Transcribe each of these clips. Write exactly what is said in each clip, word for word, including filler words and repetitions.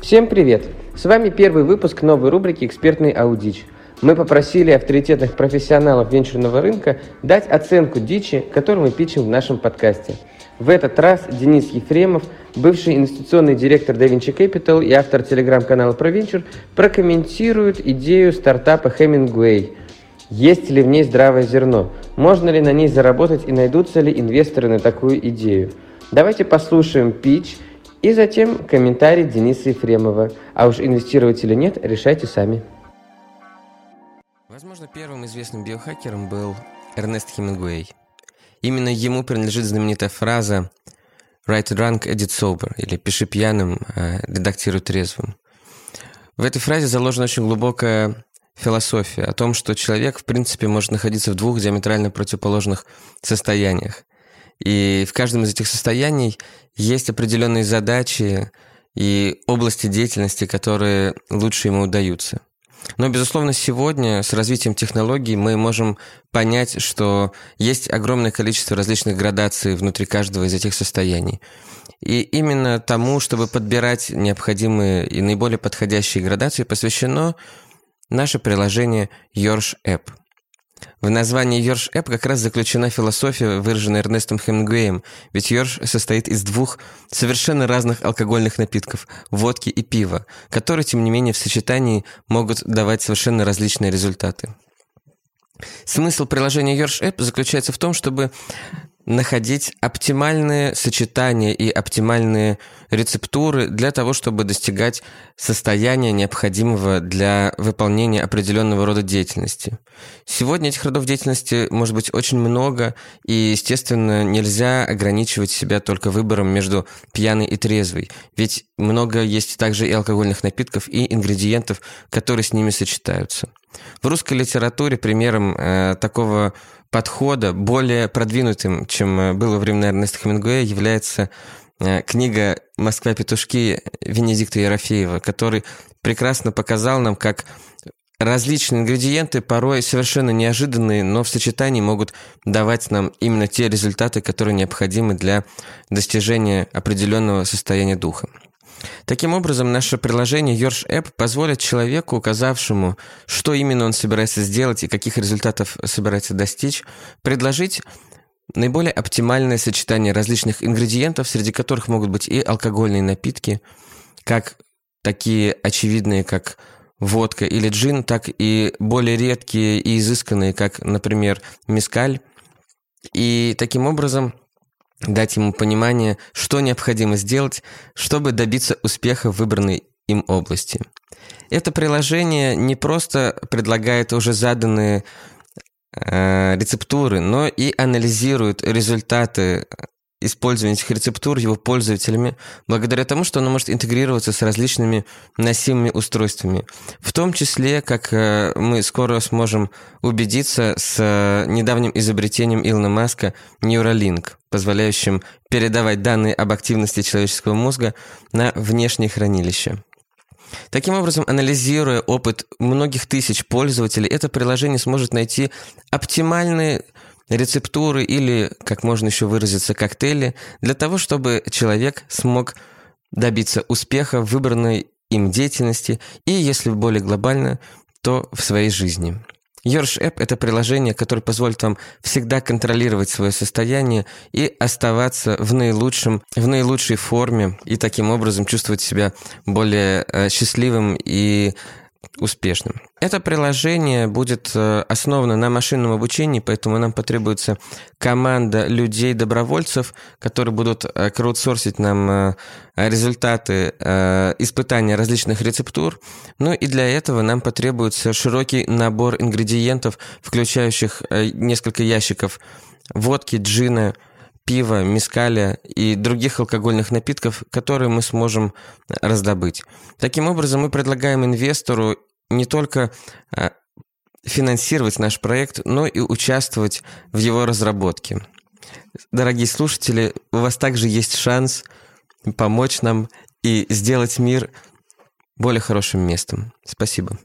Всем привет! С вами первый выпуск новой рубрики «Экспертный аудич». Мы попросили авторитетных профессионалов венчурного рынка дать оценку дичи, которую мы питчим в нашем подкасте. В этот раз Денис Ефремов, бывший инвестиционный директор DaVinci Capital и автор телеграм-канала про венчур, прокомментирует идею стартапа Hemingway. Есть ли в ней здравое зерно? Можно ли на ней заработать и найдутся ли инвесторы на такую идею? Давайте послушаем питч и затем комментарий Дениса Ефремова. А уж инвестировать или нет, решайте сами. Возможно, первым известным биохакером был Эрнест Хемингуэй. Именно ему принадлежит знаменитая фраза «Write drunk, edit sober» или «Пиши пьяным, а редактируй трезвым». В этой фразе заложена очень глубокая философия о том, что человек, в принципе, может находиться в двух диаметрально противоположных состояниях. И в каждом из этих состояний есть определенные задачи и области деятельности, которые лучше ему удаются. Но, безусловно, сегодня с развитием технологий мы можем понять, что есть огромное количество различных градаций внутри каждого из этих состояний. И именно тому, чтобы подбирать необходимые и наиболее подходящие градации, посвящено наше приложение Yorsh App. В названии Yorsh App как раз заключена философия, выраженная Эрнестом Хемингуэем, ведь Yorsh состоит из двух совершенно разных алкогольных напитков – водки и пива, которые, тем не менее, в сочетании могут давать совершенно различные результаты. Смысл приложения Yorsh App заключается в том, чтобы находить оптимальные сочетания и оптимальные рецептуры для того, чтобы достигать состояния, необходимого для выполнения определенного рода деятельности. Сегодня этих родов деятельности может быть очень много, и, естественно, нельзя ограничивать себя только выбором между пьяной и трезвой, ведь много есть также и алкогольных напитков, и ингредиентов, которые с ними сочетаются. В русской литературе примером э, такого подхода, более продвинутым, чем было во времена Эрнеста Хемингуэя, является э, книга «Москва-петушки» Венедикта Ерофеева, который прекрасно показал нам, как различные ингредиенты, порой совершенно неожиданные, но в сочетании могут давать нам именно те результаты, которые необходимы для достижения определенного состояния духа. Таким образом, наше приложение Yorsh App позволит человеку, указавшему, что именно он собирается сделать и каких результатов собирается достичь, предложить наиболее оптимальное сочетание различных ингредиентов, среди которых могут быть и алкогольные напитки, как такие очевидные, как водка или джин, так и более редкие и изысканные, как, например, мезкаль. И таким образом дать ему понимание, что необходимо сделать, чтобы добиться успеха в выбранной им области. Это приложение не просто предлагает уже заданные э, рецептуры, но и анализирует результаты использования этих рецептур его пользователями, благодаря тому, что оно может интегрироваться с различными носимыми устройствами. В том числе, как мы скоро сможем убедиться, с недавним изобретением Илона Маска Neuralink, позволяющим передавать данные об активности человеческого мозга на внешние хранилища. Таким образом, анализируя опыт многих тысяч пользователей, это приложение сможет найти оптимальные рецептуры или, как можно еще выразиться, коктейли, для того, чтобы человек смог добиться успеха в выбранной им деятельности и, если более глобально, то в своей жизни. Yorsh App – это приложение, которое позволит вам всегда контролировать свое состояние и оставаться в наилучшем, в наилучшей форме, и таким образом чувствовать себя более э, счастливым и успешным. Это приложение будет основано на машинном обучении, поэтому нам потребуется команда людей-добровольцев, которые будут краудсорсить нам результаты испытания различных рецептур. Ну и для этого нам потребуется широкий набор ингредиентов, включающих несколько ящиков водки, джина, пива, мезкаля и других алкогольных напитков, которые мы сможем раздобыть. Таким образом, мы предлагаем инвестору не только финансировать наш проект, но и участвовать в его разработке. Дорогие слушатели, у вас также есть шанс помочь нам и сделать мир более хорошим местом. Спасибо.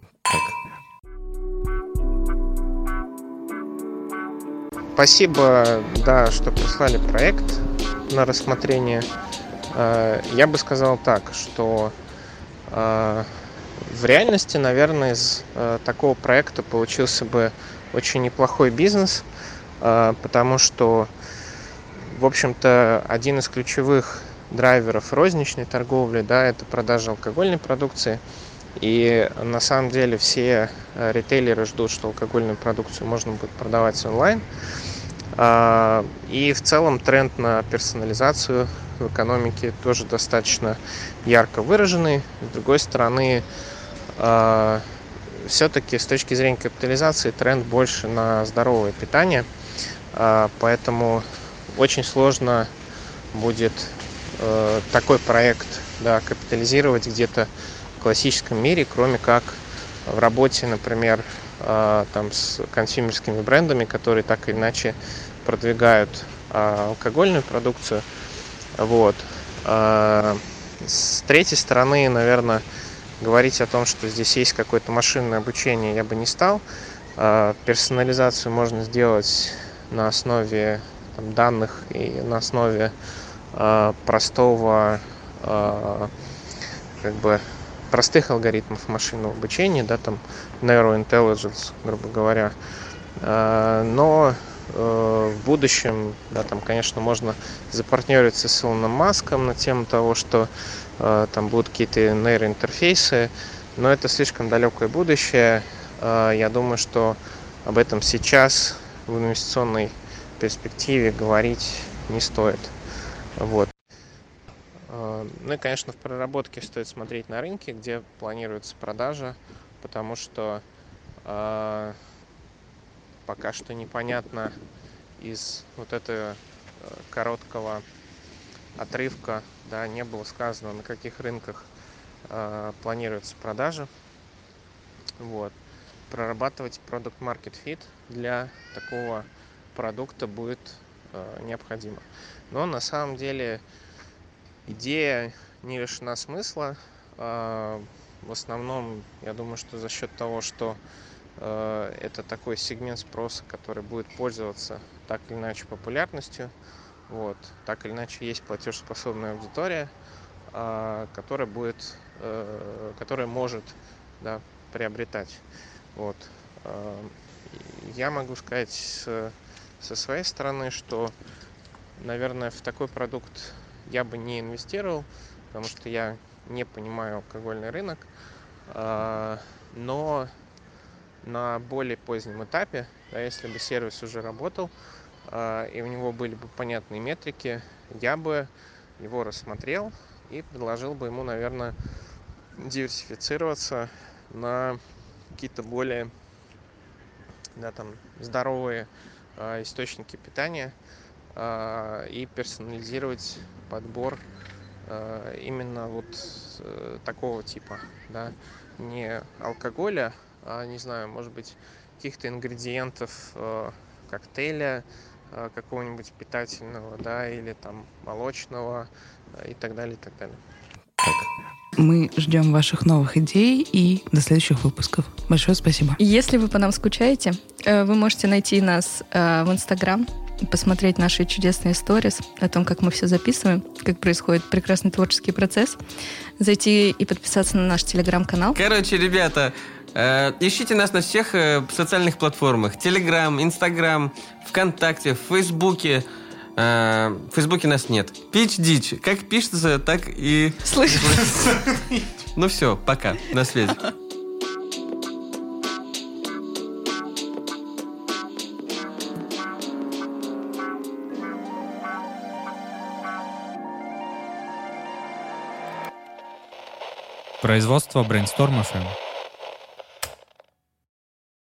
Спасибо, да, что прислали проект на рассмотрение. Я бы сказал так, что В реальности, наверное, из такого проекта получился бы очень неплохой бизнес, потому что, в общем-то, один из ключевых драйверов розничной торговли, да, это продажа алкогольной продукции. И на самом деле все ритейлеры ждут, что алкогольную продукцию можно будет продавать онлайн. И в целом тренд на персонализацию в экономике тоже достаточно ярко выраженный. С другой стороны, все-таки с точки зрения капитализации тренд больше на здоровое питание. Поэтому очень сложно будет такой проект, да, капитализировать где-то в классическом мире, кроме как в работе, например, там, с консюмерскими брендами, которые так или иначе продвигают алкогольную продукцию. Вот. С третьей стороны, наверное, говорить о том, что здесь есть какое-то машинное обучение, я бы не стал. Персонализацию можно сделать на основе там, данных и на основе простого как бы простых алгоритмов машинного обучения, да, там Narrow Intelligence, грубо говоря. Но в будущем, да, там, конечно, можно запартнериться с Илоном Маском на тему того, что там будут какие-то нейроинтерфейсы, но это слишком далекое будущее. Я думаю, что об этом сейчас в инвестиционной перспективе говорить не стоит. Вот. Ну и, конечно, в проработке стоит смотреть на рынке, где планируется продажа, потому что э, пока что непонятно из вот этого короткого отрывка, да, не было сказано, на каких рынках э, планируется продажа. Вот. Прорабатывать Product Market Fit для такого продукта будет э, необходимо. Но на самом деле идея не лишена смысла. В основном, я думаю, что за счет того, что это такой сегмент спроса, который будет пользоваться так или иначе популярностью. Вот. Так или иначе есть платежеспособная аудитория, которая будет, которая может, да, приобретать. Вот. Я могу сказать с, со своей стороны, что, наверное, в такой продукт я бы не инвестировал, потому что я не понимаю алкогольный рынок, но на более позднем этапе, да, если бы сервис уже работал и у него были бы понятные метрики, я бы его рассмотрел и предложил бы ему, наверное, диверсифицироваться на какие-то более, да, там, здоровые источники питания и персонализировать подбор э, именно вот э, такого типа, да, не алкоголя, а, не знаю, может быть, каких-то ингредиентов э, коктейля э, какого-нибудь питательного, да, или там молочного э, и так далее, и так далее. Мы ждем ваших новых идей и до следующих выпусков. Большое спасибо. Если вы по нам скучаете, вы можете найти нас в Инстаграм, посмотреть наши чудесные сторис о том, как мы все записываем, как происходит прекрасный творческий процесс, зайти и подписаться на наш Телеграм-канал. Короче, ребята, э, ищите нас на всех э, социальных платформах. Телеграм, Инстаграм, ВКонтакте, в Фейсбуке. Э, в Фейсбуке нас нет. Пич дичь. Как пишется, так и... Слышишь? Ну все, пока. На связи. Производство Brainstorm эф эм.